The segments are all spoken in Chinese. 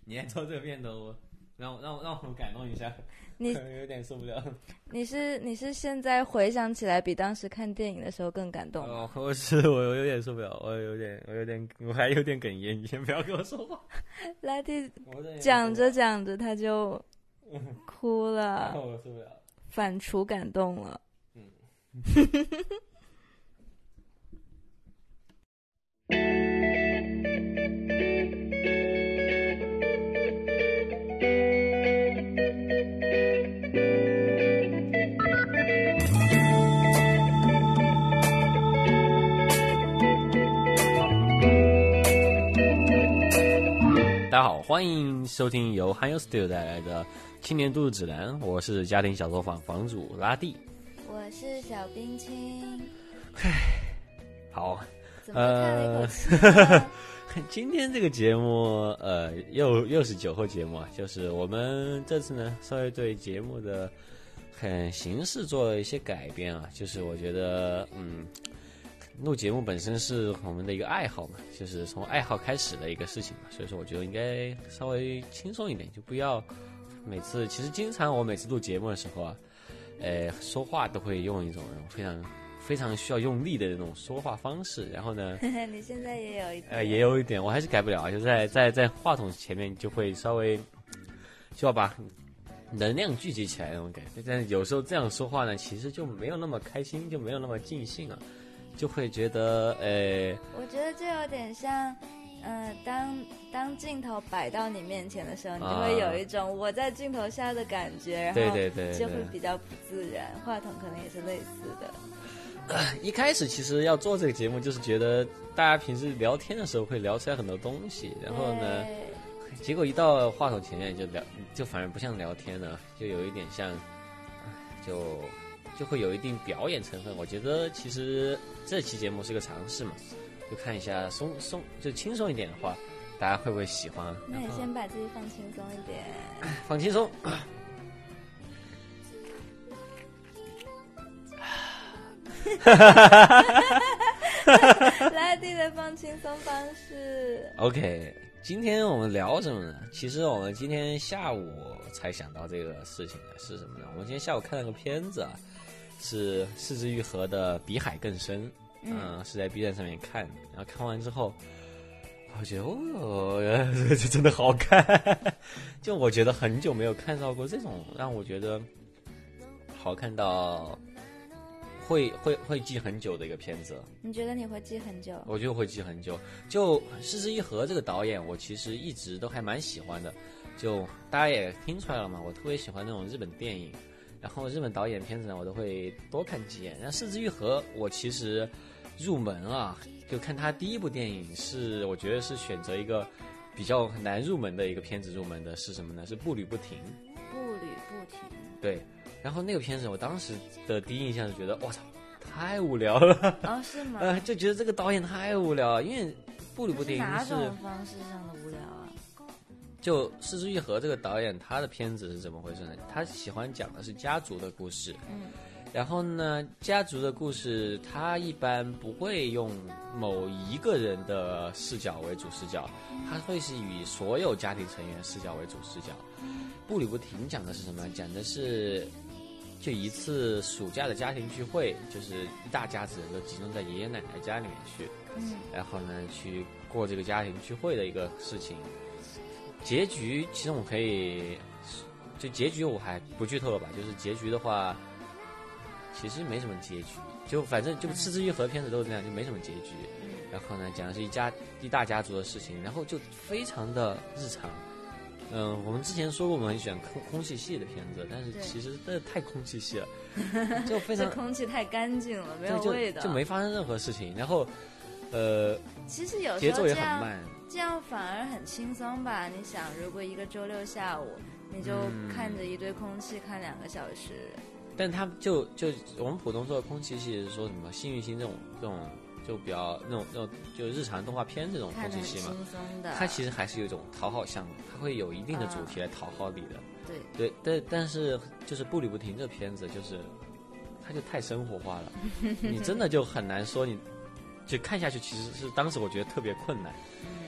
你还做这个片头，让我们感动一下， 你有点受不了。 你是现在回想起来比当时看电影的时候更感动吗？ 我有点受不了，我还有点哽咽，你先不要跟我说话。 拉蒂讲着讲着他就哭了， 我受不了， 反刍感动了。 大家好，欢迎收听由 Hanyo Studio 带来的青年度日指南，我是家庭小作坊房主拉蒂， 我是小冰清。 好， 怎么叹了一口气呢？ 今天这个节目，又是酒后节目啊，就是我们这次呢，稍微对节目的形式做了一些改变啊，就是我觉得，录节目本身是我们的一个爱好嘛，就是从爱好开始的一个事情嘛，所以说我觉得应该稍微轻松一点，就不要每次，其实经常我每次录节目的时候啊，说话都会用一种非常需要用力的那种说话方式，然后呢， 你现在也有一点， 也有一点，我还是改不了，就在话筒前面就会稍微就要把能量聚集起来那种感觉，但是有时候这样说话呢，其实就没有那么开心，就没有那么尽兴啊，就会觉得我觉得就有点像，当镜头摆到你面前的时候，你就会有一种我在镜头下的感觉，然后就会比较不自然。话筒可能也是类似的。 一开始其实要做这个节目，就是觉得大家平时聊天的时候会聊出来很多东西，然后呢，结果一到话筒前面就反而不像聊天了，就有一点像，就会有一定表演成分。我觉得其实这期节目是个尝试嘛，就看一下就轻松一点的话，大家会不会喜欢？ 那你先把自己放轻松一点， 放轻松。 拉蒂的放轻松方式。 OK， 今天我们聊什么呢？其实我们今天下午才想到这个事情的是什么呢？我们今天下午看了个片子啊，是四肢愈合的《比海更深》，是在 B 站上面看，然后看完之后，我觉得这真的好看，就我觉得很久没有看到过这种让我觉得好看到。会记很久的一个片子。 你觉得你会记很久？ 我觉得会记很久。就四肢愈合这个导演，我其实一直都还蛮喜欢的。就大家也听出来了嘛，我特别喜欢那种日本电影，然后日本导演片子呢，我都会多看几眼。然后四肢愈合，我其实入门啊，就看他第一部电影我觉得是选择一个比较难入门的一个片子入门的是什么呢？是步履不停。 步履不停。 对。然后那个片子，我当时的第一印象是觉得，我操，太无聊了。 哦，是吗？ 就觉得这个导演太无聊了，因为步履不停是哪种方式上的无聊啊？ 就四肢愈合这个导演，他的片子是怎么回事呢？他喜欢讲的是家族的故事，然后呢，家族的故事他一般不会用某一个人的视角为主视角，他会是以所有家庭成员视角为主视角。步履不停讲的是什么？讲的是。就一次暑假的家庭聚会，就是一大家子人都集中在爷爷奶奶家里面去，然后呢去过这个家庭聚会的一个事情。结局其实我可以，就结局我还不剧透了吧？就是结局的话，其实没什么结局，就反正就四肢愈合片子都是这样，就没什么结局。然后呢讲的是一大家族的事情，然后就非常的日常。我们之前说过我们很喜欢空气系的片子，但是其实真的太空气系了，就非常这空气太干净了，没有味道， 就没发生任何事情。然后， 其实有时候节奏也很慢， 这样反而很轻松吧？你想，如果一个周六下午，你就看着一堆空气看2个小时， 但他就我们普通说的空气系是说什么幸运星这种。就比较那种就日常动画片这种空气系嘛，它其实还是有一种讨好项目，它会有一定的主题来讨好你的。对，但是就是步履不停这片子，就是它就太生活化了，你真的就很难说你就看下去，其实是当时我觉得特别困难。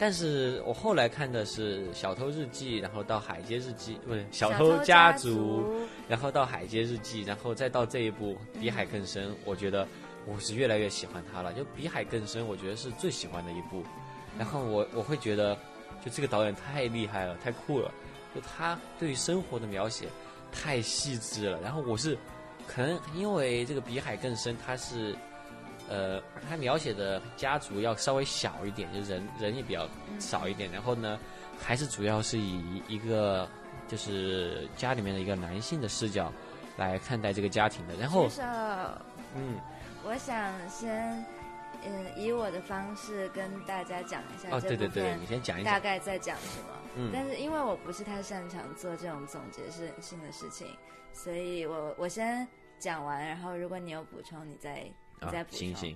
但是我后来看的是《小偷日记》，然后到《海街日记》，不是《小偷家族》，然后到《海街日记》，然后再到这一部《比海更深》，我觉得我是越来越喜欢它了。就《比海更深》，我觉得是最喜欢的一部。然后我会觉得，就这个导演太厉害了，太酷了，就他对于生活的描写太细致了。然后我是可能因为这个《比海更深》，它是。他描写的家族要稍微小一点，就人也比较少一点，然后呢，还是主要是以一个就是家里面的一个男性的视角来看待这个家庭的。然后， 我想先以我的方式跟大家讲一下这部分。对，你先讲一下大概在讲什么。但是因为我不是太擅长做这种总结性的事情，所以我先讲完，然后如果你有补充，你再补充。 行。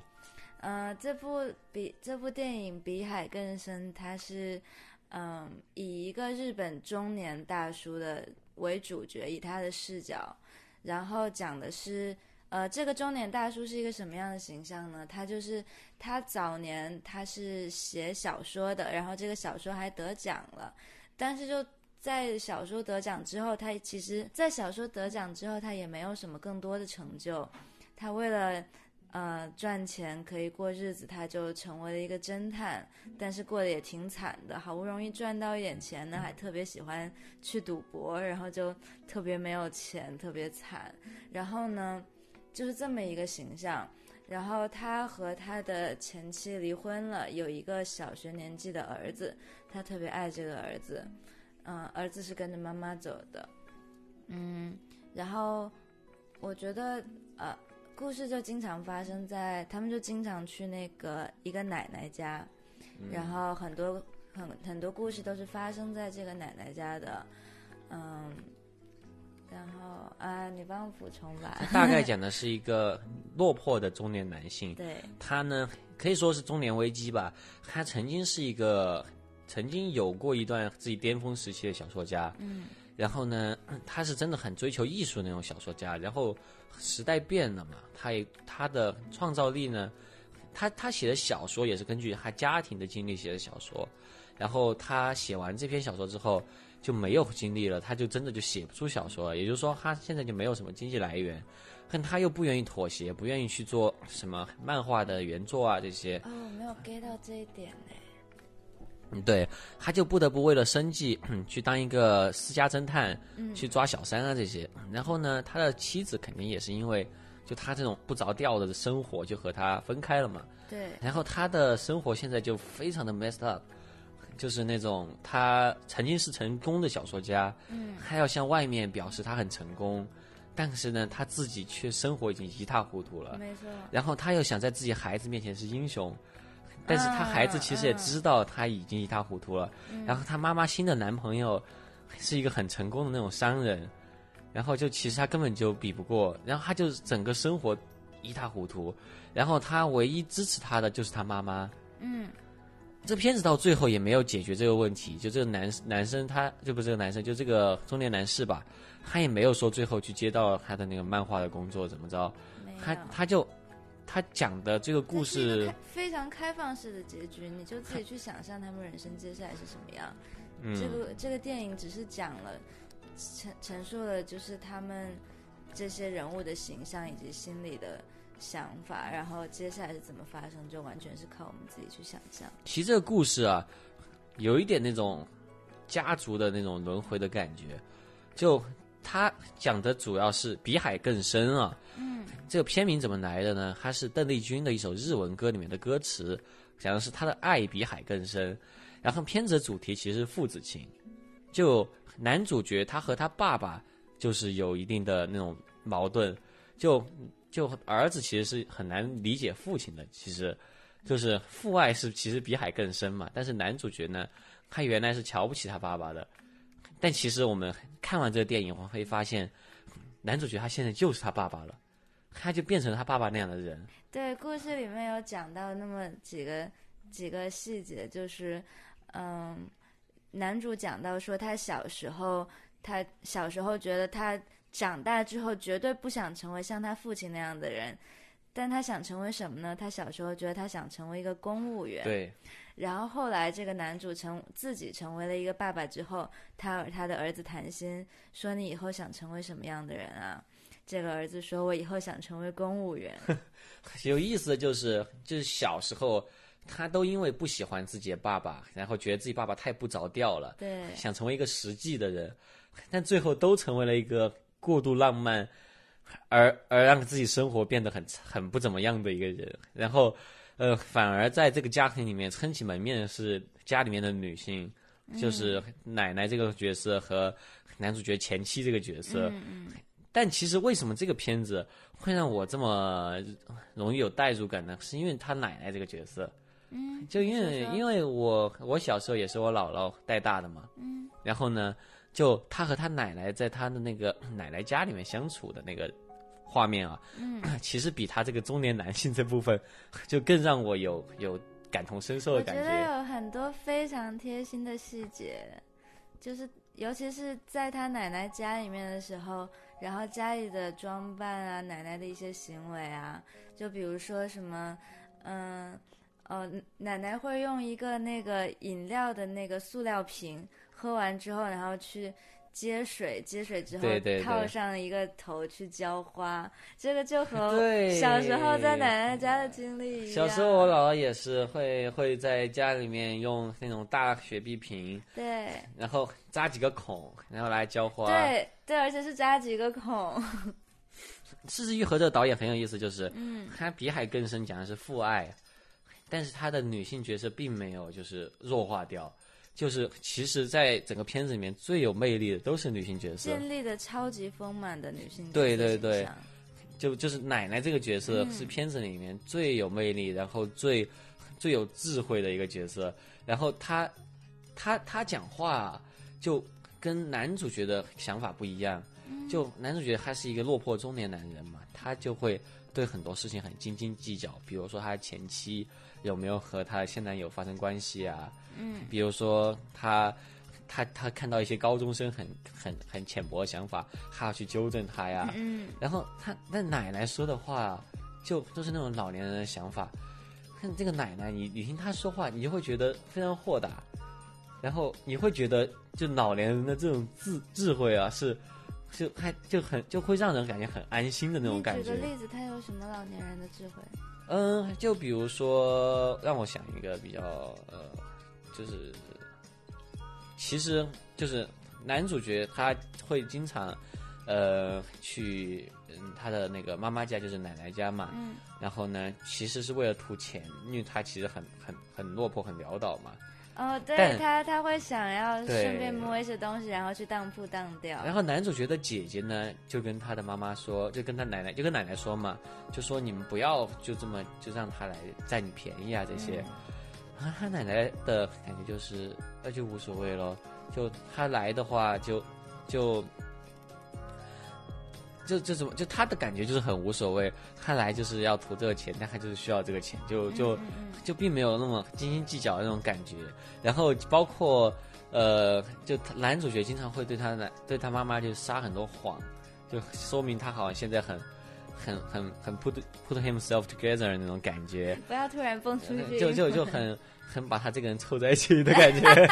这部电影《比海更深》，它是以一个日本中年大叔为主角，以他的视角，然后讲的是这个中年大叔是一个什么样的形象呢？他早年他是写小说的，然后这个小说还得奖了，但是就在小说得奖之后，他也没有什么更多的成就。他为了赚钱可以过日子，他就成为了一个侦探，但是过得也挺惨的。好不容易赚到一点钱呢，还特别喜欢去赌博，然后就特别没有钱，特别惨。然后呢，就是这么一个形象。然后他和他的前妻离婚了，有一个小学年纪的儿子，他特别爱这个儿子。儿子是跟着妈妈走的。然后我觉得故事就经常发生在他们就经常去那个一个奶奶家，然后很多故事都是发生在这个奶奶家的。然后你帮我补充吧。 大概讲的是一个落魄的中年男性， 对， 他呢可以说是中年危机吧。他曾经有过一段自己巅峰时期的小说家，然后呢，他是真的很追求艺术的那种小说家。然后时代变了嘛，他的创造力呢，他写的小说也是根据他家庭的经历写的小说。然后他写完这篇小说之后就没有精力了，他就真的就写不出小说了。也就是说，他现在就没有什么经济来源，但他又不愿意妥协，不愿意去做什么漫画的原作啊这些。 我没有 get 到这一点呢。 对，他就不得不为了生计去当一个私家侦探，去抓小三啊这些。然后呢，他的妻子肯定也是因为就他这种不着调的生活就和他分开了嘛。 对。 然后他的生活现在就非常的 messed up， 就是那种他曾经是成功的小说家，他要向外面表示他很成功，但是呢他自己却生活已经一塌糊涂了。 没错。 然后他又想在自己孩子面前是英雄。但是他孩子其实也知道他已经一塌糊涂了，然后他妈妈新的男朋友是一个很成功的那种商人，然后就其实他根本就比不过，然后他就整个生活一塌糊涂，然后他唯一支持他的就是他妈妈。这片子到最后也没有解决这个问题，就这个男生他就不是这个男生，就这个中年男士吧，他也没有说最后去接到他的那个漫画的工作怎么着，他讲的这个故事非常开放式的结局，你就自己去想象他们人生接下来是什么样。这个电影只是讲了陈述了就是他们这些人物的形象以及心里的想法，然后接下来是怎么发生，就完全是靠我们自己去想象。 其实这个故事啊，有一点那种家族的那种轮回的感觉，就他讲的主要是比海更深啊。这个片名怎么来的呢？它是邓丽君的一首日文歌里面的歌词，讲的是她的爱比海更深。然后片子的主题其实是父子情，就男主角他和他爸爸就是有一定的那种矛盾，就儿子其实是很难理解父亲的，其实就是父爱是其实比海更深嘛。但是男主角呢，他原来是瞧不起他爸爸的，但其实我们看完这个电影，我们会发现男主角他现在就是他爸爸了，他就变成了他爸爸那样的人。 对，故事里面有讲到那么几个细节，就是男主讲到说他小时候觉得他长大之后绝对不想成为像他父亲那样的人， 但他想成为什么呢？他小时候觉得他想成为一个公务员。 对。 然后后来这个男主自己成为了一个爸爸之后，他的儿子谈心说：“你以后想成为什么样的人啊？”这个儿子说：“我以后想成为公务员。” 有意思的就是小时候他都因为不喜欢自己的爸爸，然后觉得自己爸爸太不着调了， 对， 想成为一个实际的人，但最后都成为了一个过度浪漫而让自己生活变得很不怎么样的一个人，然后反而在这个家庭里面撑起门面的是家里面的女性，就是奶奶这个角色和男主角前妻这个角色。但其实为什么这个片子会让我这么容易有代入感呢？是因为他奶奶这个角色。就因为我小时候也是我姥姥带大的嘛。然后呢，就他和他奶奶在他的那个奶奶家里面相处的那个画面啊，其实比他这个中年男性这部分就更让我有感同身受的感觉。 我觉得有很多非常贴心的细节，就是尤其是在他奶奶家里面的时候，然后家里的装扮啊，奶奶的一些行为啊，就比如说什么，奶奶会用一个那个饮料的那个塑料瓶，喝完之后，然后去接水之后套上一个头去浇花，这个就和小时候在奶奶家的经历一样。 小时候我姥姥也是会在家里面用那种大雪碧瓶， 对， 然后扎几个孔，然后来浇花。 对，而且是扎几个孔。 柿之愈合这个导演很有意思，就是他比海更深讲的是父爱，但是他的女性角色并没有就是弱化掉。就是其实在整个片子里面最有魅力的都是女性角色， 建立的超级丰满的女性角色。 对，就是奶奶这个角色是片子里面最有魅力，然后最有智慧的一个角色。然后他讲话就跟男主角的想法不一样，就男主角他是一个落魄中年男人嘛，他就会对很多事情很斤斤计较，比如说他的前妻有没有和他的现男友发生关系啊，比如说他看到一些高中生很浅薄的想法，他要去纠正他呀，然后那奶奶说的话就都是那种老年人的想法。看这个奶奶，你听她说话，你就会觉得非常豁达，然后你会觉得就老年人的这种智慧啊，就会让人感觉很安心的那种感觉。 你举个例子，他有什么老年人的智慧？ 就比如说，让我想一个比较就是其实就是男主角他会经常去他的那个妈妈家，就是奶奶家嘛，然后呢其实是为了图钱，因为他其实很落魄很潦倒嘛。 对，他会想要顺便摸一些东西，然后去当铺当掉。 然后男主角的姐姐呢，就跟他的妈妈说，就跟奶奶说嘛，就说你们不要就这么就让他来占你便宜啊这些。他奶奶的感觉就是那就无所谓咯，就他来的话就怎么就他的感觉就是很无所谓，他来就是要图这个钱，但他就是需要这个钱，就并没有那么斤斤计较的那种感觉。然后包括就男主角经常会对他妈妈就撒很多谎，就说明他好像现在很 put himself together 那种感觉。 不要突然蹦出去， 就很把他这个人凑在一起的感觉。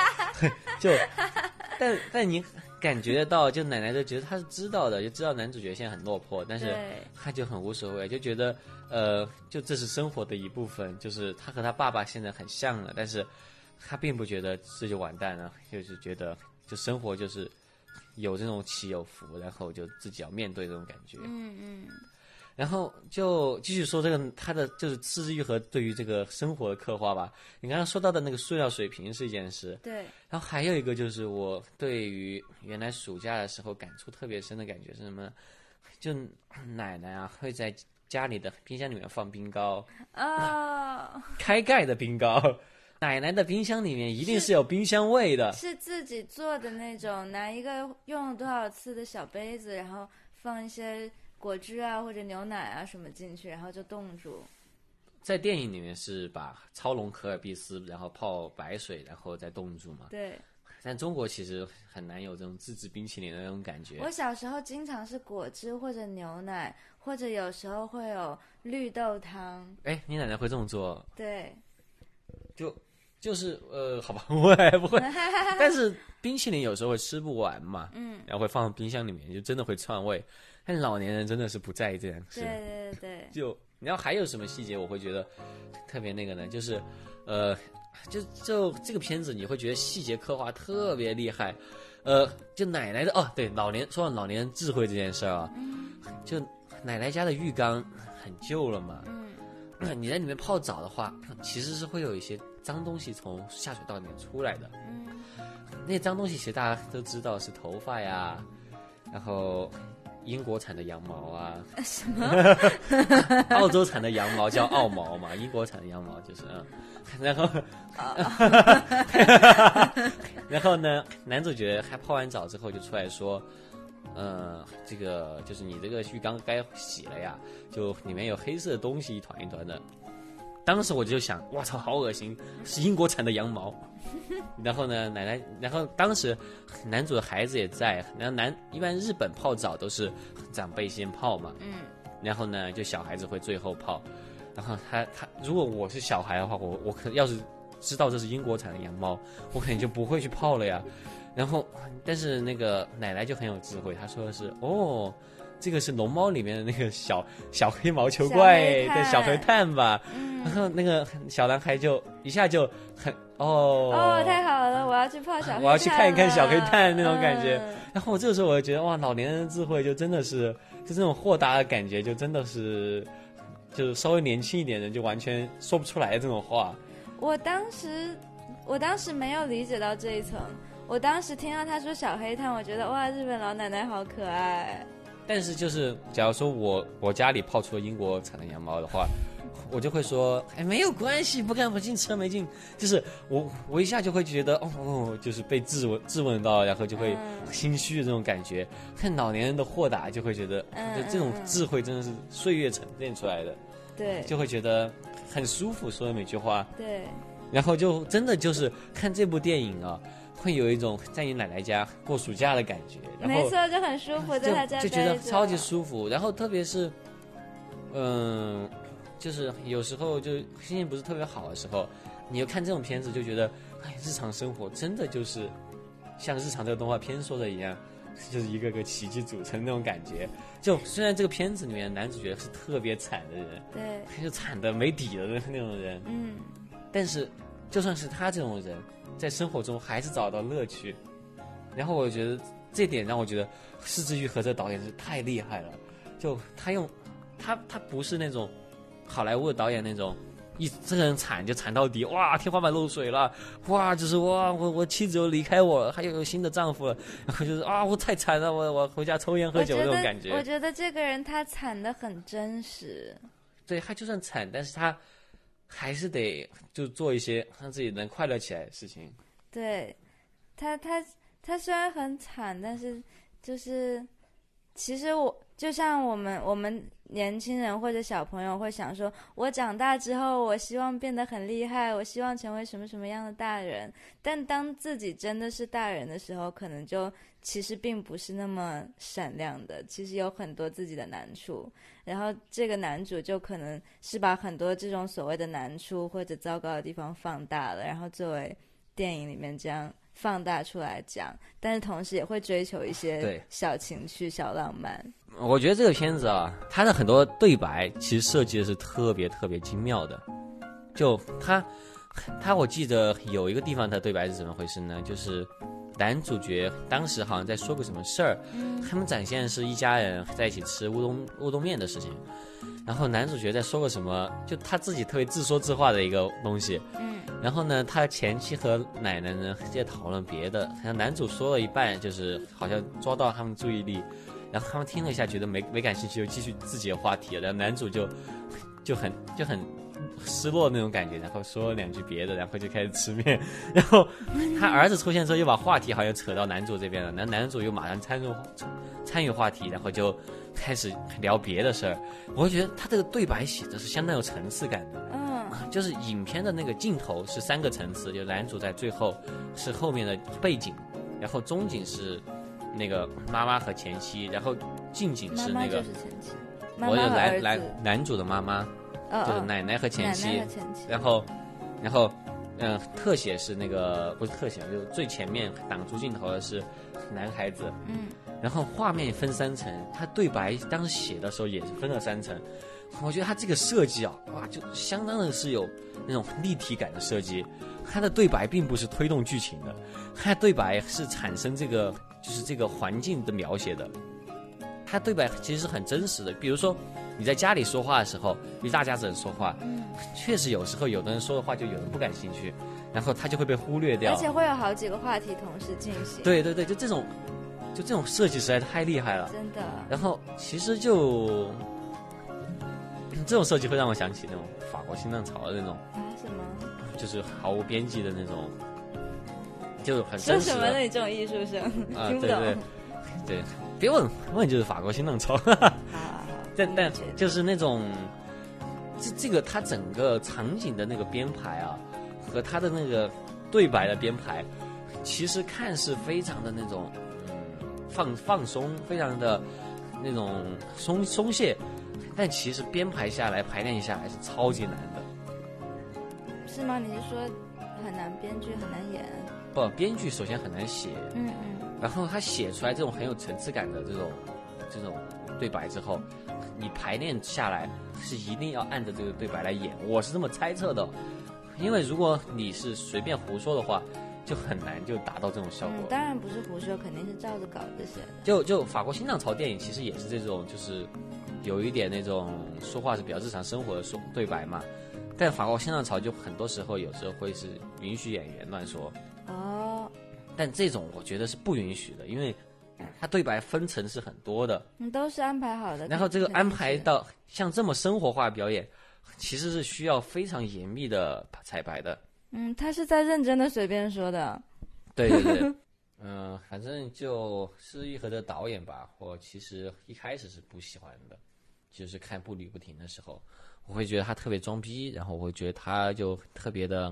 但你感觉得到，就奶奶就觉得他是知道的，就知道男主角现在很落魄，但是他就很无所谓，就觉得就这是生活的一部分，就是他和他爸爸现在很像了，但是他并不觉得这就完蛋了，就是觉得就生活就是有这种起有伏，然后就自己要面对这种感觉。然后就继续说这个他的就是柿之愈合对于这个生活的刻画吧。你刚刚说到的那个塑料水瓶是一件事， 对。 然后还有一个就是我对于原来暑假的时候感触特别深的感觉是什么呢？就奶奶啊会在家里的冰箱里面放冰糕开盖的冰糕。奶奶的冰箱里面一定是有冰箱味的， 是自己做的那种，拿一个用了多少次的小杯子，然后放一些果汁啊或者牛奶啊什么进去，然后就冻住。 在电影里面是把超浓可尔必斯然后泡白水然后再冻住嘛。 对。 但中国其实很难有这种自制冰淇淋的那种感觉。 我小时候经常是果汁或者牛奶，或者有时候会有绿豆汤。 哎，你奶奶会这么做？ 对， 就是好吧，我还不会。但是冰淇淋有时候会吃不完嘛，然后会放冰箱里面，就真的会篡味。但老年人真的是不在意这件事。 对。 然后还有什么细节我会觉得特别那个呢？就是就这个片子你会觉得细节刻画特别厉害。就奶奶的对，说到老年人智慧这件事啊，就奶奶家的浴缸很旧了嘛，你在里面泡澡的话，其实是会有一些脏东西从下水道里面出来的。那些脏东西其实大家都知道是头发呀，然后英国产的羊毛啊， 什么？ 澳洲产的羊毛叫澳毛嘛，英国产的羊毛就是然后然后呢，男主角还泡完澡之后就出来说，这个就是你这个浴缸该洗了呀，就里面有黑色的东西一团一团的。当时我就想，哇操，好恶心，是英国产的羊毛。然后呢，然后当时男主的孩子也在，然后一般日本泡澡都是长辈先泡嘛，然后呢，就小孩子会最后泡。然后他如果我是小孩的话，我可能要是知道这是英国产的羊毛，我肯定就不会去泡了呀。然后，但是那个奶奶就很有智慧，她说的是这个是龙猫里面的那个小黑毛球怪，对，小黑炭吧。然后那个小男孩就一下就很太好了，我要去泡小黑炭， 我要去看一看小黑炭那种感觉。然后我这个时候我就觉得哇，老年人的智慧就真的是就这种豁达的感觉，就真的是就稍微年轻一点人就完全说不出来这种话。 我当时没有理解到这一层，我当时听到他说小黑炭，我觉得哇，日本老奶奶好可爱。 但是就是假如说我家里泡出了英国产的羊毛的话，我就会说没有关系，不干不净，吃了没劲。就是我一下就会觉得就是被质问到，然后就会心虚的这种感觉。看老年人的豁达，就会觉得就这种智慧真的是岁月沉淀出来的。 对， 就会觉得很舒服，说的每句话。 对， 然后就真的就是看这部电影啊，会有一种在你奶奶家过暑假的感觉。然后没错，就很舒服，在他家就觉得超级舒服。然后特别是就是有时候就心情不是特别好的时候，你又看这种片子，就觉得日常生活真的就是像日常这个动画片说的一样，就是一个个奇迹组成那种感觉。就虽然这个片子里面男主角是特别惨的人， 对， 就惨的没底的那种人，但是就算是他这种人，在生活中还是找到乐趣。然后我觉得这点让我觉得是枝裕和这导演是太厉害了。就他不是那种好莱坞的导演那种这个人惨就惨到底，哇，天花板漏水了，哇，就是哇，我妻子又离开我了，还有新的丈夫了，然后就是我太惨了，我回家抽烟喝酒那种感觉。 我觉得这个人他惨得很真实。 对，他就算惨，但是他还是得就做一些让自己能快乐起来的事情。 对，他虽然很惨，但是就是其实就像我们年轻人或者小朋友会想说，我长大之后我希望变得很厉害，我希望成为什么什么样的大人。但当自己真的是大人的时候，可能就其实并不是那么闪亮的，其实有很多自己的难处。然后这个男主就可能是把很多这种所谓的难处或者糟糕的地方放大了，然后作为电影里面这样放大出来讲，但是同时也会追求一些小情趣、小浪漫。 我觉得这个片子啊，它的很多对白其实设计的是特别特别精妙的。就他我记得有一个地方的对白是怎么回事呢？就是男主角当时好像在说个什么事儿，他们展现的是一家人在一起吃乌冬面的事情。然后男主角在说个什么，就他自己特别自说自话的一个东西。然后呢，他前妻和奶奶呢在讨论别的，然后男主说了一半，就是好像抓到他们注意力，然后他们听了一下，觉得没感兴趣，就继续自己的话题了。然后男主就很失落那种感觉，然后说了两句别的，然后就开始吃面。然后他儿子出现之后，又把话题好像扯到男主这边了，然后男主又马上参与话题，然后就开始聊别的事儿。我觉得他这个对白写的是相当有层次感的。 就是影片的那个镜头是3个层次，就男主在最后是后面的背景，然后中景是那个妈妈和前妻，然后近景是那个妈妈就是前妻， 我有男主的妈妈，就是奶奶和前妻，然后特写是那个不是特写，就是最前面挡住镜头的是男孩子，然后画面分3层，他对白当时写的时候也是分了3层。我觉得他这个设计啊，哇，就相当的是有那种立体感的设计。他的对白并不是推动剧情的，他的对白是产生这个就是这个环境的描写的。他对白其实是很真实的，比如说你在家里说话的时候，一大家子人说话，确实有时候有的人说的话就有人不感兴趣，然后他就会被忽略掉， 而且会有好几个话题同时进行。 对对对，就这种设计实在太厉害了， 真的。 然后其实就这种设计会让我想起那种法国新浪潮的那种什么， 就是毫无边际的那种，就很真实的。 说什么呢？你这种艺术生听不懂。 对，别问就是法国新浪潮。但就是那种这个他整个场景的那个编排啊，和他的那个对白的编排，其实看似非常的那种放松，非常的那种松懈。但其实编排下来、排练下来是超级难的， 是吗？你是说很难编剧、很难演？ 不，编剧首先很难写，然后他写出来这种很有层次感的这种对白之后，你排练下来是一定要按着这个对白来演，我是这么猜测的，因为如果你是随便胡说的话，就很难就达到这种效果。 当然不是胡说，肯定是照着稿子写的。 就法国新浪潮电影其实也是这种，就是有一点那种说话是比较日常生活的对白嘛，但法国新浪潮就很多时候有时候会是允许演员乱说。但这种我觉得是不允许的，因为它对白分层是很多的， 都是安排好的。 然后这个安排到像这么生活化表演，其实是需要非常严密的彩排的。 他是在认真的随便说的。 对对对，反正就失之愈合的导演吧，我其实一开始是不喜欢的，就是看步履不停的时候，我会觉得他特别装逼，然后我会觉得他就特别的，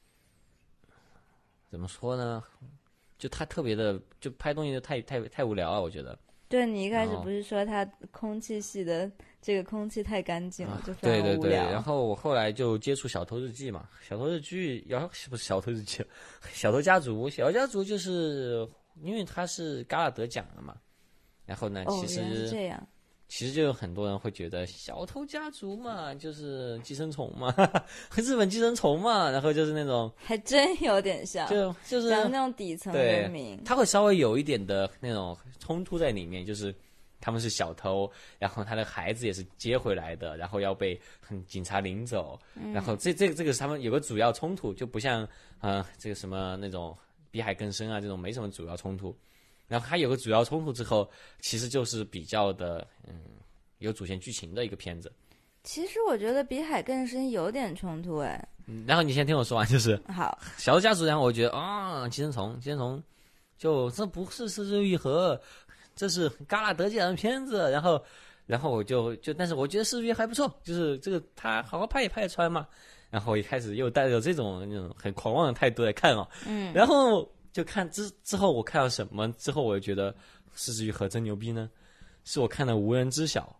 怎么说呢？就他特别的，就拍东西就太无聊了，我觉得。对， 你一开始不是说他空气系的这个空气太干净了，就非常无聊。 对对对，然后我后来就接触小偷日记嘛，小偷日记不是小偷日记，小偷家族就是因为他是戛纳得奖了嘛，然后呢，其实原来是这样。 其实就有很多人会觉得小偷家族嘛，就是寄生虫嘛，日本寄生虫嘛，然后就是那种还真有点像， 就是讲那种底层人民， 他会稍微有一点的那种冲突在里面，就是他们是小偷，然后他的孩子也是接回来的，然后要被警察领走，然后这个是他们有个主要冲突，就不像这个什么那种比海更深啊这种没什么主要冲突。然后它有个主要冲突之后，其实就是比较的有主线剧情的一个片子。 其实我觉得比海更深有点冲突哎。 然后你先听我说完，就是好。 小偷家族，然后我觉得寄生虫，就这不是失之愈合，这是戛纳得奖的片子。然后我就但是我觉得失之愈合还不错，就是这个他好好拍也拍得出来嘛。然后我一开始又带着这种那种很狂妄的态度来看然后。就看之后我看到什么之后，我就觉得失之愈合真牛逼呢，是我看了《无人知晓》。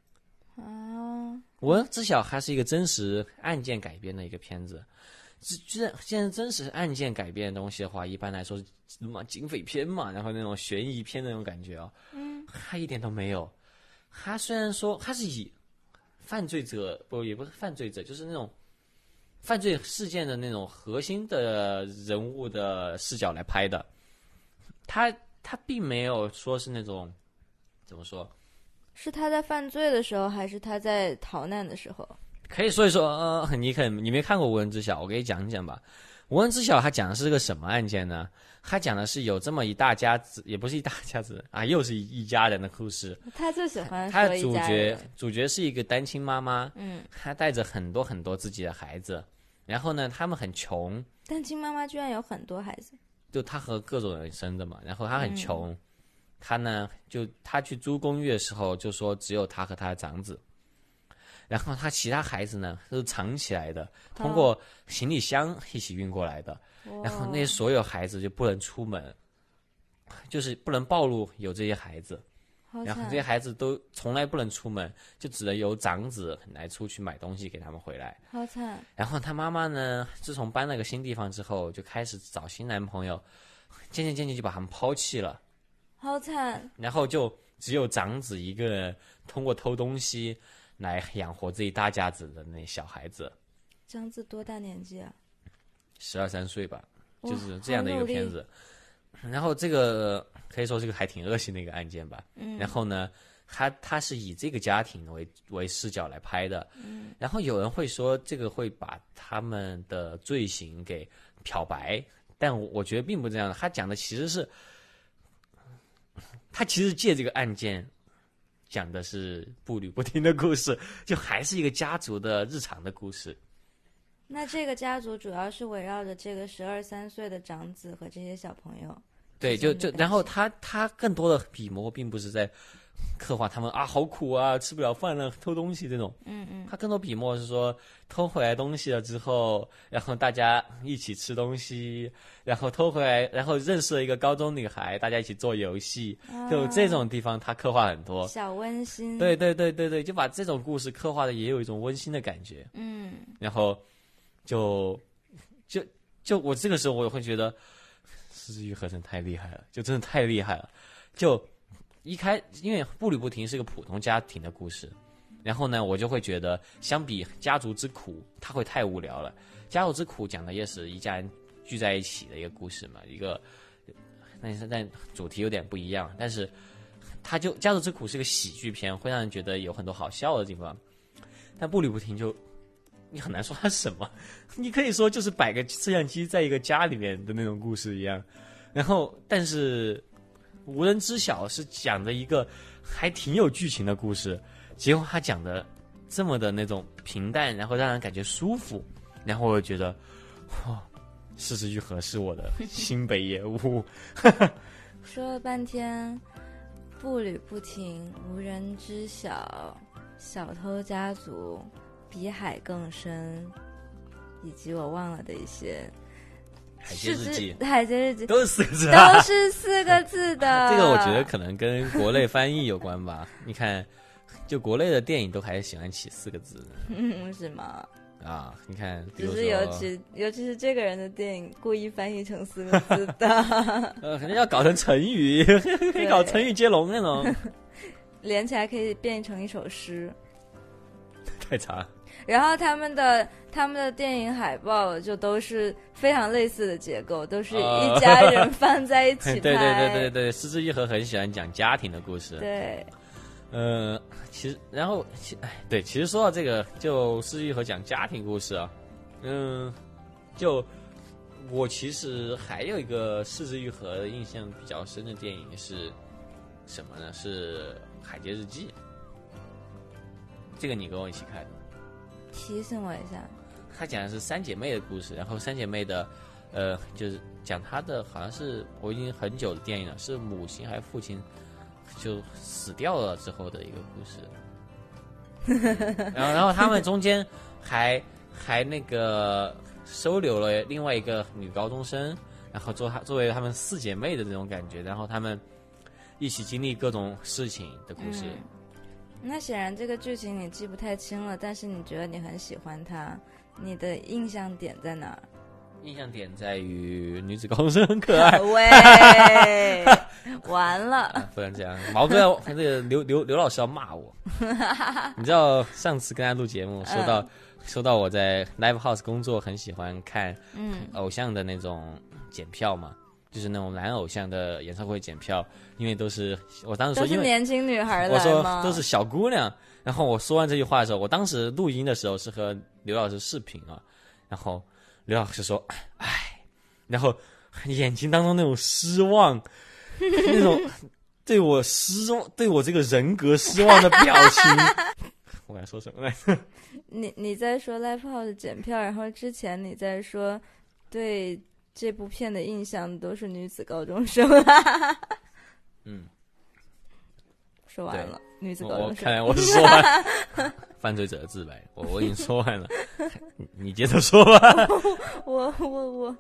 无人知晓还是一个真实案件改编的一个片子。现在真实案件改编的东西的话，一般来说什么警匪片嘛，然后那种悬疑片那种感觉它一点都没有。它虽然说它是以犯罪者也不是犯罪者，就是那种犯罪事件的那种核心的人物的视角来拍的，他并没有说是那种怎么说， 是他在犯罪的时候，还是他在逃难的时候？ 可以说一说，你没看过《无人知晓》，我给你讲讲吧。《无人知晓》他讲的是个什么案件呢？他讲的是有这么一大家子，也不是一大家子啊，又是一家人的故事。 他最喜欢他的主角是一个单亲妈妈，他带着很多很多自己的孩子。然后呢，他们很穷。 单亲妈妈居然有很多孩子， 就他和各种人生的嘛。然后他很穷，他去租公寓的时候就说只有他和他的长子。 然后他其他孩子呢都是藏起来的，通过行李箱一起运过来的。然后那些所有孩子就不能出门，就是不能暴露有这些孩子。然后这些孩子都从来不能出门，就只能由长子来出去买东西给他们回来。 好惨。 然后他妈妈呢，自从搬了个新地方之后，就开始找新男朋友，渐渐就把他们抛弃了。 好惨。 然后就只有长子一个人通过偷东西来养活自己大家子的那小孩子。 长子多大年纪啊 ？12、13岁吧，就是这样的一个片子。然后这个可以说是个还挺恶心的一个案件吧。然后呢，他是以这个家庭为视角来拍的。然后有人会说这个会把他们的罪行给漂白，但我觉得并不这样。他讲的其实是，他其实借这个案件讲的是步履不停的故事，就还是一个家族的日常的故事。 那这个家族主要是围绕着这个12、13岁的长子和这些小朋友。 对，然后他更多的笔墨并不是在刻画他们好苦啊，吃不了饭了，偷东西这种。他更多笔墨是说偷回来东西了之后，然后大家一起吃东西，然后偷回来，然后认识了一个高中女孩，大家一起做游戏，就这种地方他刻画很多小温馨。 对，就把这种故事刻画的也有一种温馨的感觉。然后就我这个时候我会觉得失之愈合真太厉害了，就真的太厉害了。就因为步履不停是个普通家庭的故事，然后呢我就会觉得相比家族之苦它会太无聊了。家族之苦讲的也是一家人聚在一起的一个故事嘛，但主题有点不一样，但是它就家族之苦是个喜剧片，会让人觉得有很多好笑的地方。但步履不停就你很难说它是什么，你可以说就是摆个摄像机在一个家里面的那种故事一样，然后但是无人知晓是讲的一个还挺有剧情的故事，结果他讲的这么的那种平淡，然后让人感觉舒服，然后我就觉得失之愈合是我的新北业务。 说了半天步履不停、无人知晓、小偷家族、比海更深，以及我忘了的一些海街日记， 海街日记都是4个字， 都是4个字的。 这个我觉得可能跟国内翻译有关吧。你看，就国内的电影都还是喜欢起4个字的。 是吗？ 你看， 只是尤其是这个人的电影故意翻译成4个字的。 可能要搞成成语，可以搞成语接龙那种， 连起来可以变成一首诗。 太长。 然后他们的电影海报就都是非常类似的结构，都是一家人放在一起拍。 对，失之愈合很喜欢讲家庭的故事。 对。 其实说到这个，就失之愈合讲家庭故事啊，就我其实还有一个失之愈合的印象比较深的电影是什么呢？是《海街日记》。这个你跟我一起看的。 提醒我一下。 他讲的是3姐妹的故事，然后3姐妹的就是讲她的好像是我已经很久的电影了，是母亲还是父亲就死掉了之后的一个故事。然后他们中间还那个收留了另外一个女高中生，然后作为她们4姐妹的这种感觉，然后她们一起经历各种事情的故事。 那显然这个剧情你记不太清了，但是你觉得你很喜欢它，你的印象点在哪儿？ 印象点在于女子高中生很可爱。 喂，完了， 不能这样，毛哥要那个刘老师要骂我。你知道上次跟他录节目，说到我在 Live House 工作，很喜欢看偶像的那种检票嘛，就是那种男偶像的演唱会检票，因为都是我当时说， 都是年轻女孩来吗？ 我说都是小姑娘。然后我说完这句话的时候，我当时录音的时候是和刘老师视频啊，然后刘老师说：“哎，然后眼睛当中那种失望，那种对我这个人格失望的表情。”我该说什么来着？ 你在说 Live House 检票，然后之前你在说对这部片的印象都是女子高中生。说完了，女子高中生。 看来我是说完。 犯罪者的自白，我已经说完了，你接着说吧。 我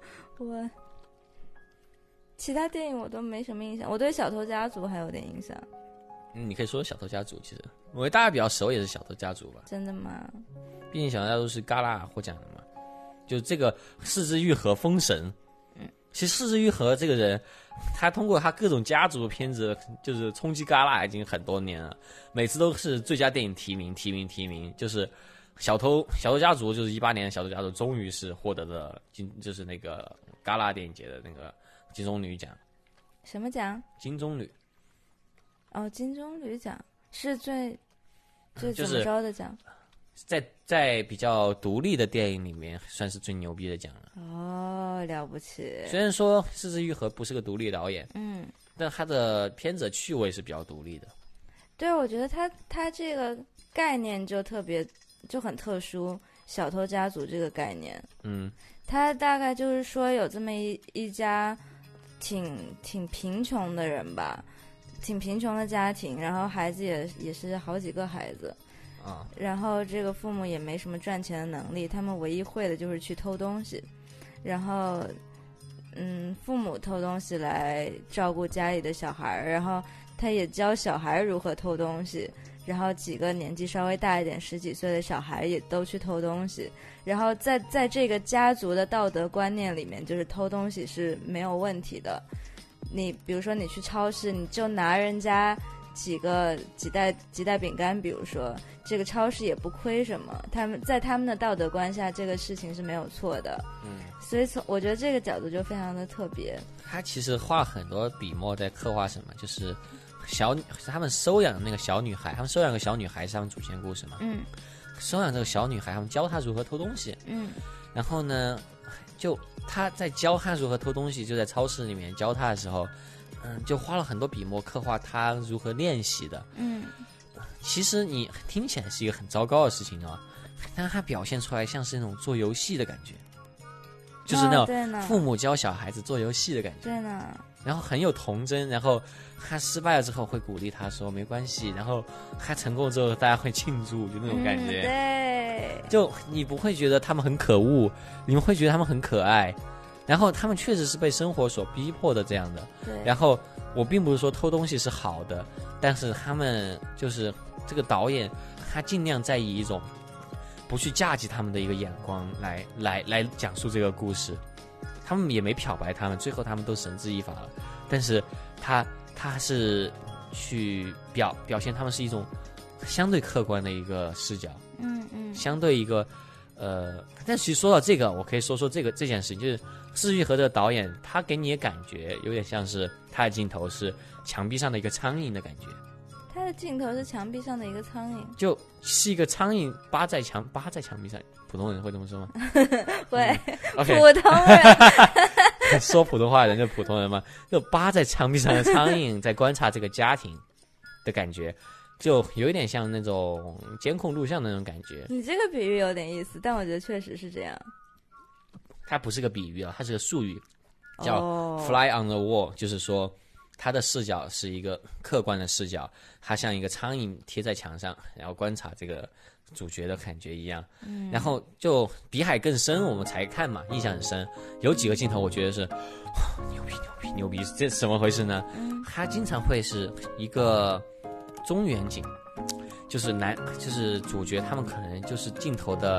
其他电影我都没什么印象，我对小偷家族还有点印象。 你可以说小偷家族，其实我觉得大家比较熟也是小偷家族吧。 真的吗？ 毕竟小偷家族是戛纳获奖的嘛，就这个四肢愈合封神。其实四肢愈合这个人，他通过他各种家族的片子，就是冲击戛纳已经很多年了，每次都是最佳电影提名。就是小偷家族，就是18年的小偷家族，终于是获得了就是那个戛纳电影节的那个金棕榈奖。 什么奖？ 金棕榈。 哦，金棕榈奖是最怎么着的奖？ 在比较独立的电影里面，算是最牛逼的奖了。 哦，了不起！ 虽然说四肢愈合不是个独立导演，但他的片子趣味是比较独立的。 对，我觉得他这个概念就很特殊，小偷家族这个概念。他大概就是说有这么一家挺贫穷的人吧。挺贫穷的家庭，然后孩子也是好几个孩子，然后这个父母也没什么赚钱的能力，他们唯一会的就是去偷东西，然后父母偷东西来照顾家里的小孩，然后他也教小孩如何偷东西，然后几个年纪稍微大一点10几岁的小孩也都去偷东西，然后在这个家族的道德观念里面，就是偷东西是没有问题的。你比如说你去超市，你就拿人家几袋饼干，比如说这个超市也不亏什么，在他们的道德观下，这个事情是没有错的。所以我觉得这个角度就非常的特别。 他其实画很多笔墨在刻画什么，就是他们收养的那个小女孩，他们收养个小女孩是他们主线故事嘛。收养这个小女孩，他们教她如何偷东西。然后呢，就他在教他如何偷东西，就在超市里面教他的时候，就花了很多笔墨刻画他如何练习的。其实你听起来是一个很糟糕的事情啊，但是他表现出来像是那种做游戏的感觉，就是那种父母教小孩子做游戏的感觉。 对呢。 然后很有童真，然后他失败了之后会鼓励他说没关系，然后他成功之后大家会庆祝，就那种感觉。 对， 就你不会觉得他们很可恶，你们会觉得他们很可爱，然后他们确实是被生活所逼迫的这样的。 对。 然后我并不是说偷东西是好的，但是他们就是这个导演，他尽量在以一种不去架起他们的一个眼光来讲述这个故事。他们也没漂白他们，最后他们都绳之以法了。但是他是去表现他们是一种相对客观的一个视角，相对一个但其实说到这个，我可以说这件事情，就是四肢愈合的导演，他给你的感觉有点像是他的镜头是墙壁上的一个苍蝇的感觉。 他的镜头是墙壁上的一个苍蝇， 就是一个苍蝇扒在墙壁上。普通人会这么说吗？ 会。 Okay 普通人说普通话的人就是普通人嘛，就扒在墙壁上的苍蝇在观察这个家庭的感觉，就有一点像那种监控录像的那种感觉。 你这个比喻有点意思，但我觉得确实是这样。 它不是个比喻啊，它是个术语，叫 fly on the wall，就是说他的视角是一个客观的视角，他像一个苍蝇贴在墙上，然后观察这个主角的感觉一样。然后就比海更深，我们才看嘛，印象很深。有几个镜头我觉得是牛逼，这怎么回事呢？他经常会是一个中远景，就是主角他们可能就是镜头的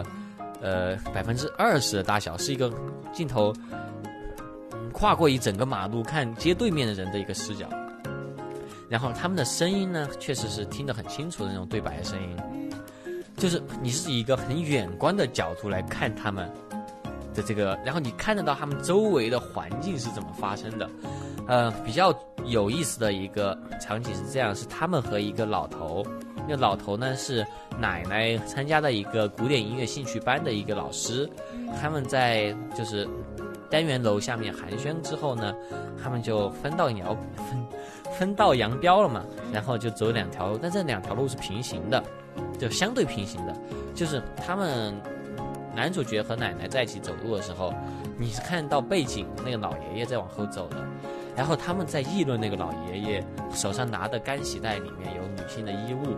20%的大小，是一个镜头跨过一整个马路看街对面的人的一个视角，然后他们的声音呢，确实是听得很清楚的那种对白的声音，就是你是以一个很远观的角度来看他们的这个，然后你看得到他们周围的环境是怎么发生的。比较有意思的一个场景是这样，是他们和一个老头，那个老头呢是奶奶参加的一个古典音乐兴趣班的一个老师，他们在就是单元楼下面寒暄之后呢，他们就分道扬镳了嘛，然后就走2条路，但这2条路是平行的，就相对平行的，就是他们男主角和奶奶在一起走路的时候，你是看到背景那个老爷爷在往后走的，然后他们在议论那个老爷爷手上拿的干洗袋里面有女性的衣物，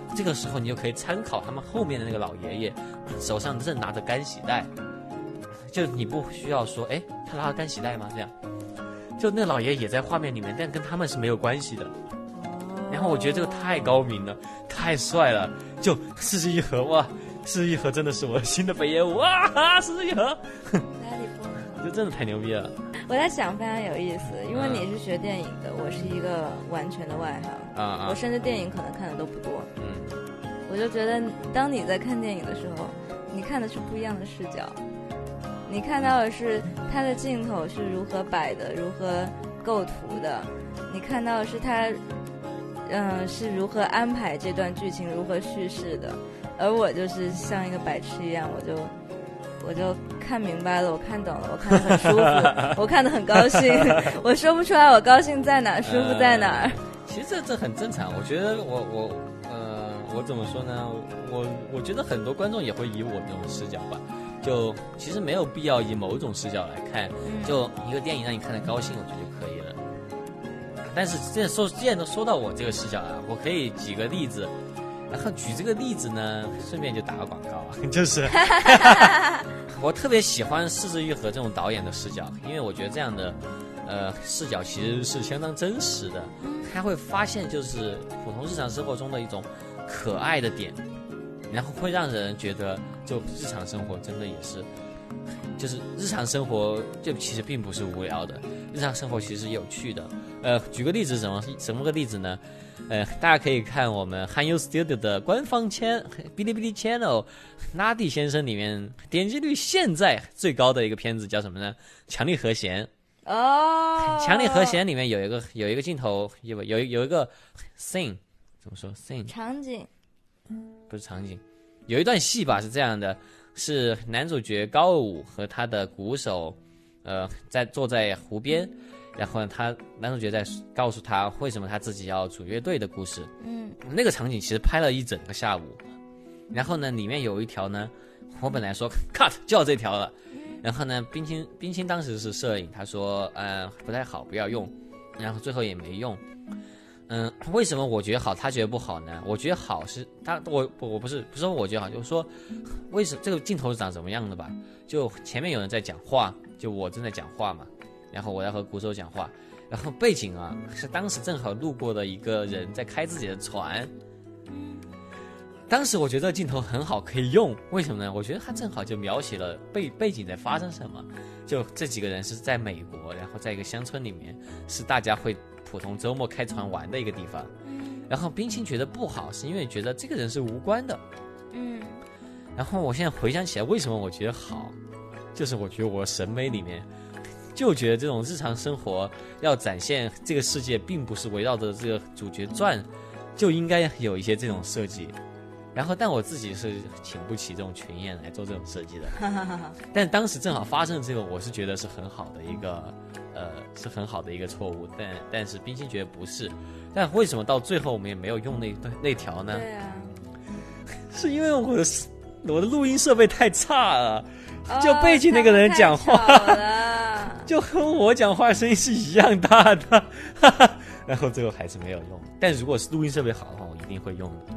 这个时候你就可以参考他们后面的那个老爷爷手上正拿着干洗袋，就你不需要说哎他拿着干洗袋吗，这样就那老爷爷也在画面里面，但跟他们是没有关系的。然后我觉得这个太高明了，太帅了，就四十一盒哇，四十一盒真的是我新的北野武哇，四十一盒就真的太牛逼了。 我在想非常有意思，因为你是学电影的，我是一个完全的外行，我甚至电影可能看的都不多，我就觉得当你在看电影的时候，你看的是不一样的视角，你看到的是他的镜头是如何摆的，如何构图的，你看到的是他是如何安排这段剧情，如何叙事的。而我就是像一个白痴一样，我就看明白了，我看懂了，我看得很舒服我看得很高兴我说不出来我高兴在哪儿，舒服在哪儿。 其实这很正常，我觉得我怎么说呢，我觉得很多观众也会以我这种视角吧，就其实没有必要以某种视角来看，就一个电影让你看得高兴我觉得就可以了。但是既然都说到我这个视角了，我可以举个例子，然后举这个例子呢顺便就打个广告就是我特别喜欢四之愈合这种导演的视角，因为我觉得这样的视角其实是相当真实的，他会发现就是普通日常生活中的一种可爱的点，然后会让人觉得就日常生活真的也是，就是日常生活就其实并不是无聊的，日常生活其实是有趣的。举个例子，什么个例子呢？大家可以看我们汉 U Studio 的官方哔哩哔哩 channel 拉蒂先生里面点击率现在最高的一个片子叫什么呢？强力和弦。强力和弦里面有一个镜头，有一个 scene， 怎么说 scene？ 场景， 不是场景，有一段戏吧是这样的，是男主角高武和他的鼓手，坐在湖边，然后男主角在告诉他为什么他自己要组乐队的故事。那个场景其实拍了一整个下午，然后呢，里面有一条呢，我本来说 cut 就要这条了。然后呢，冰清当时是摄影，他说不太好，不要用，然后最后也没用。为什么我觉得好，他觉得不好呢？我觉得好是我不是说我觉得好，就是说为什么这个镜头是长什么样的吧？就前面有人在讲话，就我正在讲话嘛，然后我要和鼓手讲话，然后背景啊是当时正好路过的一个人在开自己的船。当时我觉得镜头很好，可以用，为什么呢？我觉得它正好就描写了背景在发生什么。就这几个人是在美国，然后在一个乡村里面，是大家会普通周末开船玩的一个地方。然后冰清觉得不好，是因为觉得这个人是无关的。然后我现在回想起来，为什么我觉得好，就是我觉得我审美里面就觉得这种日常生活要展现这个世界并不是围绕着这个主角转，就应该有一些这种设计。然后但我自己是请不起这种群演来做这种设计的但当时正好发生这个，我是觉得是很好的一个错误，但是冰心觉得不是。但为什么到最后我们也没有用那条呢？ 对啊， 是因为我的录音设备太差了，就背景那个人讲话就和我讲话声音是一样大的然后最后还是没有用。但如果是录音设备好的话，我一定会用的。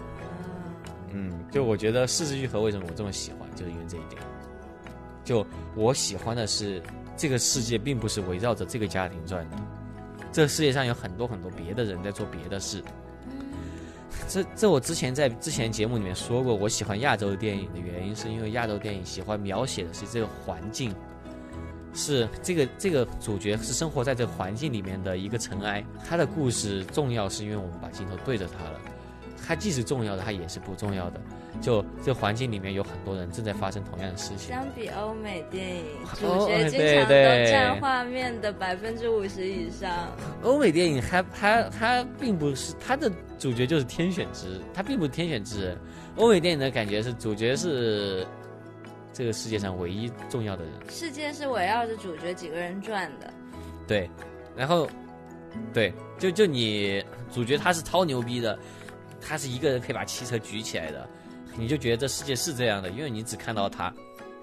就我觉得四之愈合为什么我这么喜欢，就是因为这一点。就我喜欢的是这个世界并不是围绕着这个家庭转的，这个世界上有很多很多别的人在做别的事。这我之前在之前节目里面说过，我喜欢亚洲电影的原因是因为亚洲电影喜欢描写的是这个环境，是这个主角是生活在这个环境里面的一个尘埃。他的故事重要是因为我们把镜头对着他了，它既是重要的，它也是不重要的。就这环境里面有很多人正在发生同样的事情。 相比欧美电影，主角经常都占画面的50%以上。 欧美电影它并不是，它的主角就是天选之，它并不是天选之人。欧美电影的感觉是主角是这个世界上唯一重要的人， 世界是围绕着主角几个人转的。 对，然后对，就你主角他是超牛逼的，他是一个人可以把汽车举起来的，你就觉得这世界是这样的，因为你只看到他。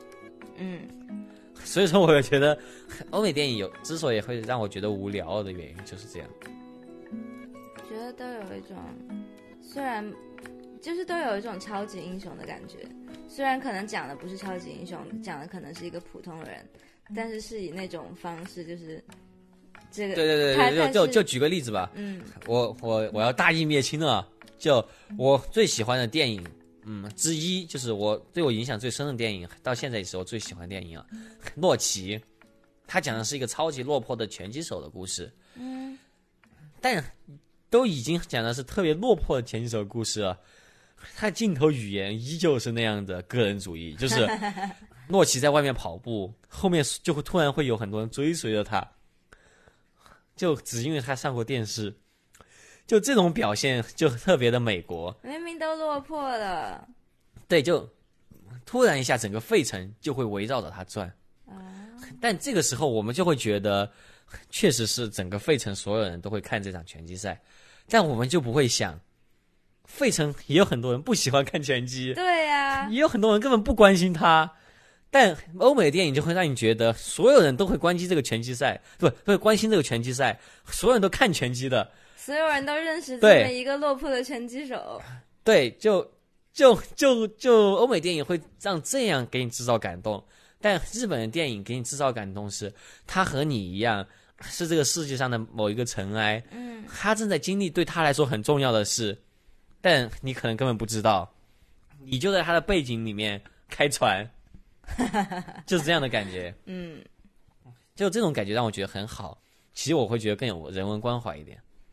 所以说我觉得欧美电影之所以会让我觉得无聊的原因就是这样。 觉得都有一种，虽然就是都有一种超级英雄的感觉，虽然可能讲的不是超级英雄，讲的可能是一个普通人，但是是以那种方式，就是这个对，就举个例子吧，我要大义灭亲了，就我最喜欢的电影，之一就是对我影响最深的电影，到现在也是我最喜欢的电影啊，洛奇，他讲的是一个超级落魄的拳击手的故事，但都已经讲的是特别落魄的拳击手的故事了。他镜头语言依旧是那样的个人主义，就是洛奇在外面跑步，后面就会突然会有很多人追随着他，就只因为他上过电视，就这种表现就特别的美国。 明明都落魄了， 对，就突然一下整个费城就会围绕着他转，但这个时候我们就会觉得，确实是整个费城所有人都会看这场拳击赛，但我们就不会想。费城也有很多人不喜欢看拳击， 对呀， 也有很多人根本不关心他。但欧美电影就会让你觉得，所有人都会关心这个拳击赛，不会关心这个拳击赛，所有人都看拳击的， 所有人都认识这么一个落魄的拳击手。 对，就欧美电影会让这样给你制造感动，但日本的电影给你制造感动是，他和你一样是这个世界上的某一个尘埃，他正在经历对他来说很重要的事。但你可能根本不知道，你就在他的背景里面开船，就是这样的感觉。就这种感觉让我觉得很好。其实我会觉得更有人文关怀一点。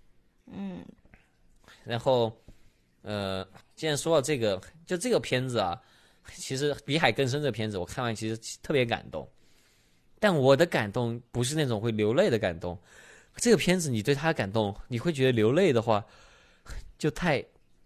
然后，既然说到这个，就这个片子啊，其实《比海更深》这个片子，我看完其实特别感动。但我的感动不是那种会流泪的感动。这个片子你对他的感动，你会觉得流泪的话，就太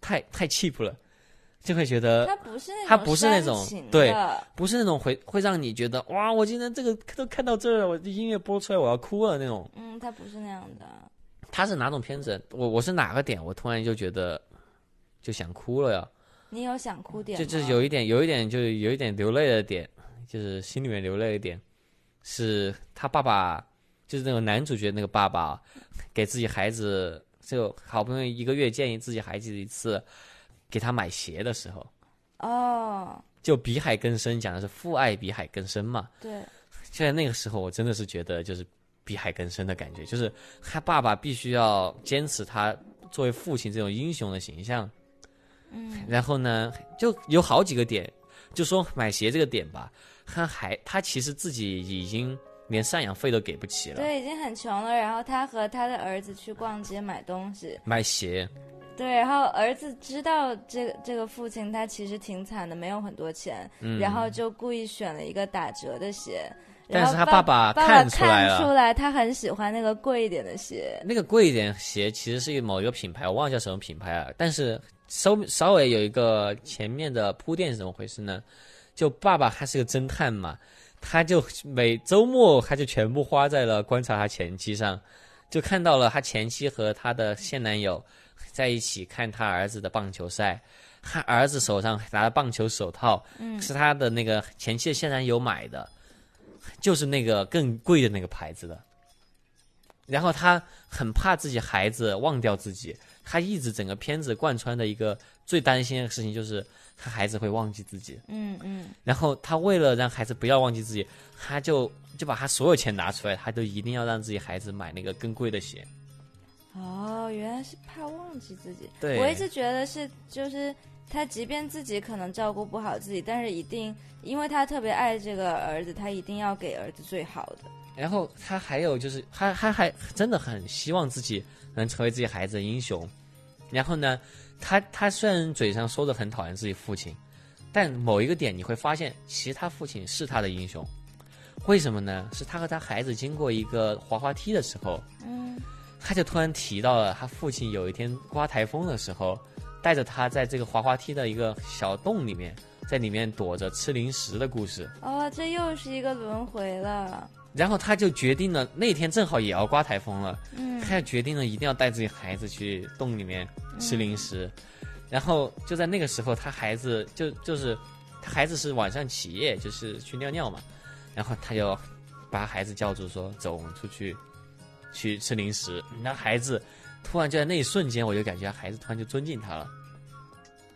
cheap 了，就会觉得他不是那种对，不是那种会让你觉得哇，我今天这个都看到这儿了，我的音乐播出来我要哭了那种。 他不是那样的。 他是哪种片子？我是哪个点？我突然就觉得就想哭了呀。 你有想哭点吗？ 就有一点就是有一点流泪的点，就是心里面流泪的点，是他爸爸，就是那个男主角那个爸爸，给自己孩子。就好不容易1个月见自己孩子一次，给他买鞋的时候，就比海更深讲的是父爱比海更深嘛。 对， 就在那个时候，我真的是觉得就是比海更深的感觉，就是他爸爸必须要坚持他作为父亲这种英雄的形象。然后呢，就有好几个点，就说买鞋这个点吧，他其实自己已经。连赡养费都给不起了， 对，已经很穷了。然后他和他的儿子去逛街买东西， 买鞋。 对，然后儿子知道这个父亲他其实挺惨的，没有很多钱，然后就故意选了一个打折的鞋。 但是他爸爸看出来他很喜欢那个贵一点的鞋。 那个贵一点鞋其实是某一个品牌，我忘了叫什么品牌啊。但是稍微有一个前面的铺垫是怎么回事呢？就爸爸他是个侦探嘛。他就每周末他就全部花在了观察他前妻上，就看到了他前妻和他的现男友在一起看他儿子的棒球赛，他儿子手上拿了棒球手套，是他的那个前妻的现男友买的，就是那个更贵的那个牌子的。然后他很怕自己孩子忘掉自己，他一直整个片子贯穿的一个最担心的事情就是他孩子会忘记自己。然后他为了让孩子不要忘记自己，他就把他所有钱拿出来，他就一定要让自己孩子买那个更贵的鞋。 原来是怕忘记自己。 对， 我一直觉得就是他即便自己可能照顾不好自己，但是一定因为他特别爱这个儿子，他一定要给儿子最好的。 然后他还有就是他还真的很希望自己能成为自己孩子的英雄。然后呢，他虽然嘴上说的很讨厌自己父亲，但某一个点你会发现，其实他父亲是他的英雄。为什么呢？是他和他孩子经过一个滑滑梯的时候，他就突然提到了他父亲有一天刮台风的时候，带着他在这个滑滑梯的一个小洞里面，在里面躲着吃零食的故事。 这又是一个轮回了。 然后他就决定了，那天正好也要刮台风了，他就决定了一定要带自己孩子去洞里面吃零食。然后就在那个时候，他孩子就是他孩子是晚上起夜，就是去尿尿嘛，然后他就把孩子叫住说：“走，我们出去吃零食。”那孩子突然就在那一瞬间，我就感觉孩子突然就尊敬他了。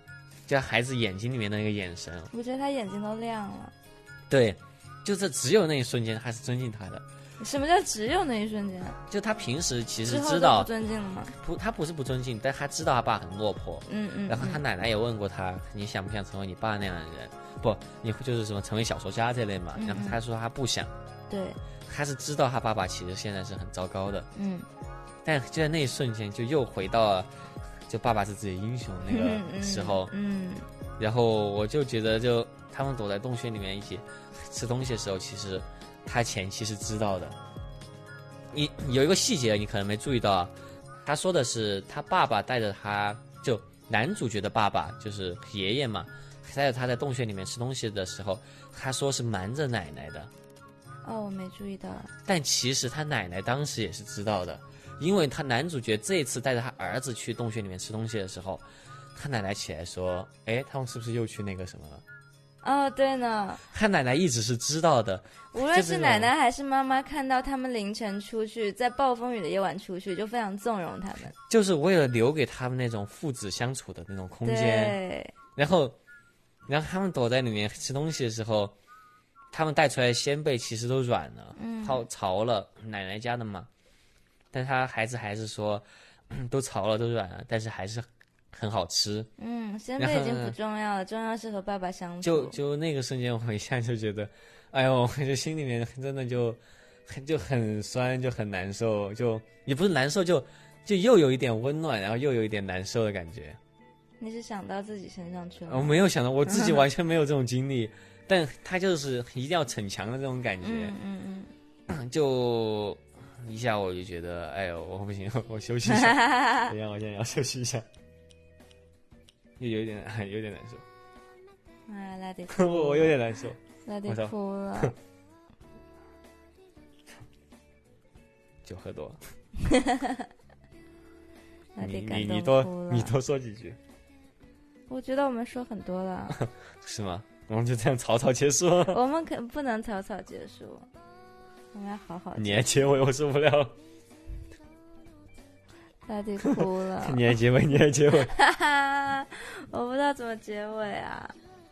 就孩子眼睛里面的那个眼神， 我觉得他眼睛都亮了。 对，就是只有那一瞬间他是尊敬他的。 什么叫只有那一瞬间？ 就他平时其实知道不尊敬了吗？ 他不是不尊敬，但他知道他爸很落魄。然后他奶奶也问过他，你想不想成为你爸那样的人？不，你就是什么成为小说家这类嘛。然后他说他不想。 对， 他是知道他爸爸其实现在是很糟糕的。但就在那一瞬间，就又回到了就爸爸是自己英雄那个时候。然后我就觉得，就他们躲在洞穴里面一起吃东西的时候，其实他前期是知道的。你有一个细节你可能没注意到啊，他说的是他爸爸带着他，就男主角的爸爸就是爷爷嘛，带着他在洞穴里面吃东西的时候，他说是瞒着奶奶的。 我没注意到。 但其实他奶奶当时也是知道的，因为他男主角这一次带着他儿子去洞穴里面吃东西的时候，他奶奶起来说，他们是不是又去那个什么了？ 对呢， 他奶奶一直是知道的。 无论是奶奶还是妈妈，看到他们凌晨出去，在暴风雨的夜晚出去，就非常纵容他们， 就是为了留给他们那种父子相处的那种空间。 对。 然后他们躲在里面吃东西的时候，他们带出来的鲜贝其实都软了，潮了，奶奶家的嘛。但他孩子还是说，都潮了，都软了，但是还是很好吃。 鲜贝已经不重要了，重要是和爸爸相处。 就那个瞬间，我一下就觉得，哎呦，我就心里面真的就很酸，就很难受，就也不是难受，就又有一点温暖，然后又有一点难受的感觉。 你是想到自己身上去了？ 我没有想到，我自己完全没有这种经历，但他就是一定要逞强的这种感觉。就一下我就觉得，哎呦，我不行，我休息一下。等一下，我现在要休息一下。又有点难受。 拉迪哭了， 我有点难受。 拉迪哭了。 酒喝多了。 拉迪感动哭了。 你多说几句。 我觉得我们说很多了。 是吗？我们就这样草草结束。 我们不能草草结束，我们要好好。 你来结尾，我受不了。 拉迪哭了。 你来结尾。 我不知道怎么结尾啊。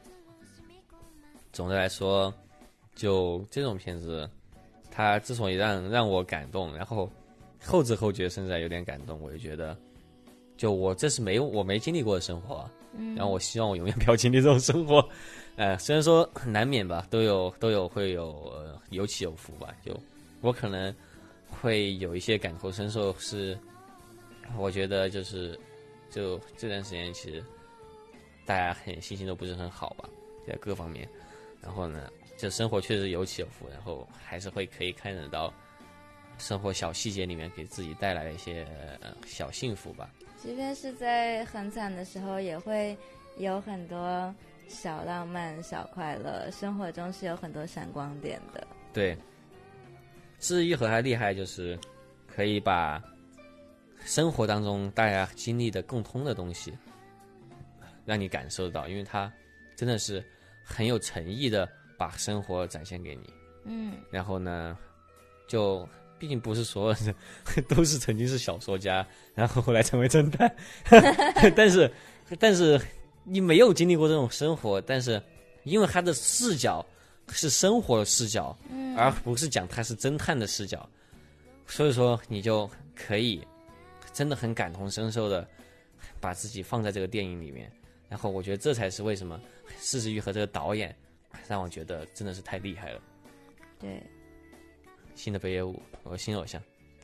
总的来说，就这种片子，它之所以让我感动，然后后知后觉甚至还有点感动，我就觉得，就我这是我没经历过的生活，然后我希望我永远不要经历这种生活。虽然说难免吧，会有起有伏吧，就我可能会有一些感同身受，是我觉得就这段时间其实大家心情都不是很好吧，在各方面。然后呢，就生活确实有起有伏，然后还是可以看得到生活小细节里面给自己带来的一些小幸福吧。 即便是在很惨的时候，也会有很多小浪漫、小快乐，生活中是有很多闪光点的。对， 是一和它厉害，就是可以把生活当中大家经历的共通的东西，让你感受到，因为它真的是很有诚意的把生活展现给你。然后呢，就毕竟不是所有人都是曾经是小说家，然后后来成为侦探，但是你没有经历过这种生活，但是因为他的视角是生活的视角，而不是讲他是侦探的视角，所以说你就可以真的很感同身受的把自己放在这个电影里面。然后我觉得这才是为什么柿子玉和这个导演让我觉得真的是太厉害了。 对， 新的北野武，我新偶像。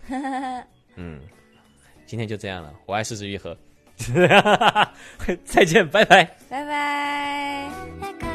今天就这样了，我爱柿子玉和。再见，拜拜， 拜拜。